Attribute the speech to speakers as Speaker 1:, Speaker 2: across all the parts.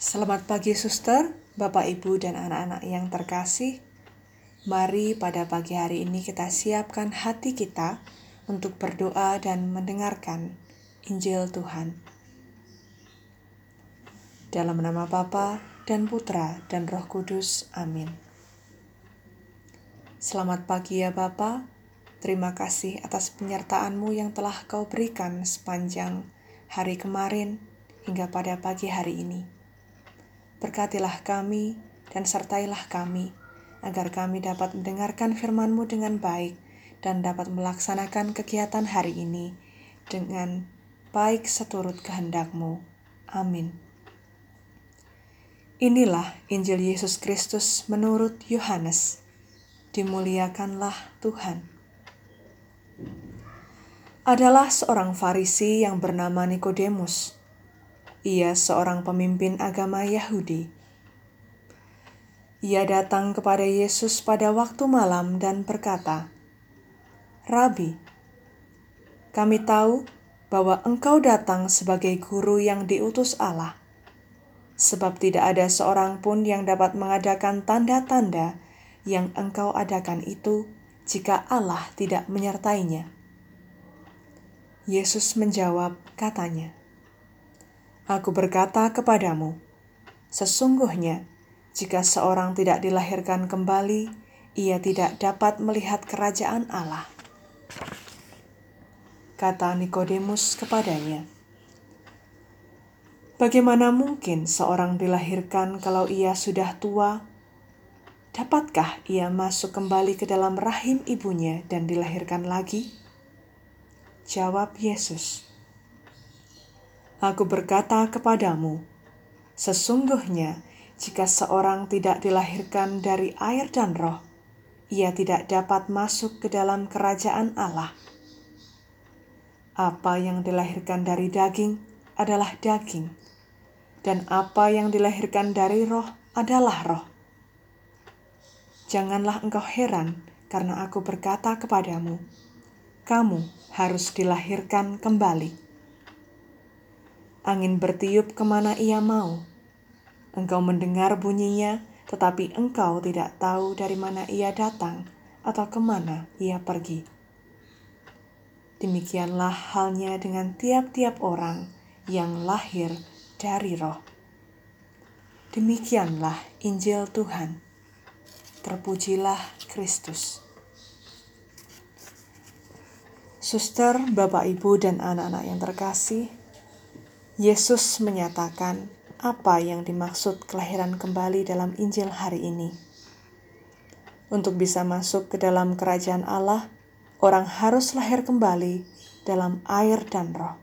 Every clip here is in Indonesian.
Speaker 1: Selamat pagi suster, Bapak Ibu dan anak-anak yang terkasih. Mari pada pagi hari ini kita siapkan hati kita untuk berdoa dan mendengarkan Injil Tuhan. Dalam nama Bapa dan Putra dan Roh Kudus, amin. Selamat pagi ya Bapa, terima kasih atas penyertaan-Mu yang telah Kau berikan sepanjang hari kemarin hingga pada pagi hari ini. Berkatilah kami dan sertailah kami, agar kami dapat mendengarkan firman-Mu dengan baik dan dapat melaksanakan kegiatan hari ini dengan baik seturut kehendak-Mu. Amin. Inilah Injil Yesus Kristus menurut Yohanes. Dimuliakanlah Tuhan. Adalah seorang Farisi yang bernama Nikodemus. Ia seorang pemimpin agama Yahudi. Ia datang kepada Yesus pada waktu malam dan berkata, "Rabi, kami tahu bahwa Engkau datang sebagai guru yang diutus Allah, sebab tidak ada seorang pun yang dapat mengadakan tanda-tanda yang Engkau adakan itu jika Allah tidak menyertainya." Yesus menjawab, katanya, "Aku berkata kepadamu, sesungguhnya jika seorang tidak dilahirkan kembali, ia tidak dapat melihat kerajaan Allah." Kata Nikodemus kepadanya, "Bagaimana mungkin seorang dilahirkan kalau ia sudah tua? Dapatkah ia masuk kembali ke dalam rahim ibunya dan dilahirkan lagi?" Jawab Yesus, "Aku berkata kepadamu, sesungguhnya jika seorang tidak dilahirkan dari air dan roh, ia tidak dapat masuk ke dalam kerajaan Allah. Apa yang dilahirkan dari daging adalah daging, dan apa yang dilahirkan dari roh adalah roh. Janganlah engkau heran karena aku berkata kepadamu, kamu harus dilahirkan kembali. Angin bertiup kemana ia mau. Engkau mendengar bunyinya, tetapi engkau tidak tahu dari mana ia datang atau kemana ia pergi. Demikianlah halnya dengan tiap-tiap orang yang lahir dari roh." Demikianlah Injil Tuhan. Terpujilah Kristus. Suster, Bapak, Ibu, dan anak-anak yang terkasih, Yesus menyatakan apa yang dimaksud kelahiran kembali dalam Injil hari ini. Untuk bisa masuk ke dalam kerajaan Allah, orang harus lahir kembali dalam air dan roh.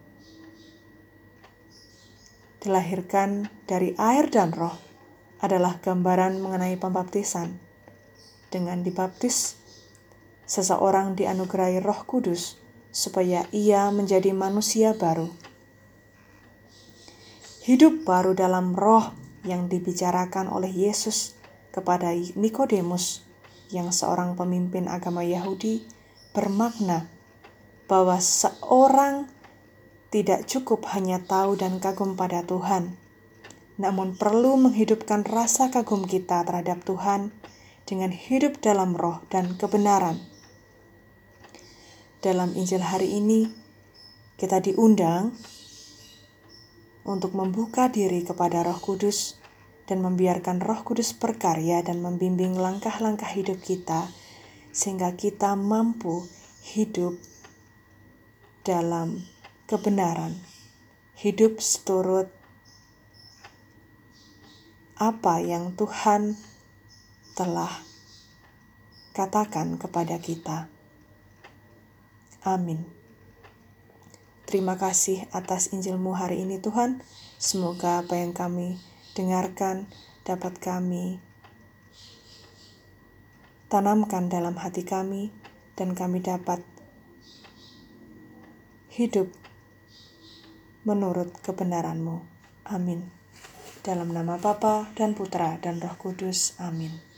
Speaker 1: Dilahirkan dari air dan roh adalah gambaran mengenai pembaptisan. Dengan dibaptis, seseorang dianugerahi Roh Kudus supaya ia menjadi manusia baru. Hidup baru dalam roh yang dibicarakan oleh Yesus kepada Nikodemus, yang seorang pemimpin agama Yahudi, bermakna bahwa seorang tidak cukup hanya tahu dan kagum pada Tuhan, namun perlu menghidupkan rasa kagum kita terhadap Tuhan dengan hidup dalam roh dan kebenaran. Dalam Injil hari ini, kita diundang untuk membuka diri kepada Roh Kudus dan membiarkan Roh Kudus berkarya dan membimbing langkah-langkah hidup kita, sehingga kita mampu hidup dalam kebenaran, hidup seturut apa yang Tuhan telah katakan kepada kita. Amin. Terima kasih atas Injil-Mu hari ini Tuhan. Semoga apa yang kami dengarkan dapat kami tanamkan dalam hati kami, dan kami dapat hidup menurut kebenaran-Mu. Amin. Dalam nama Bapa dan Putra dan Roh Kudus. Amin.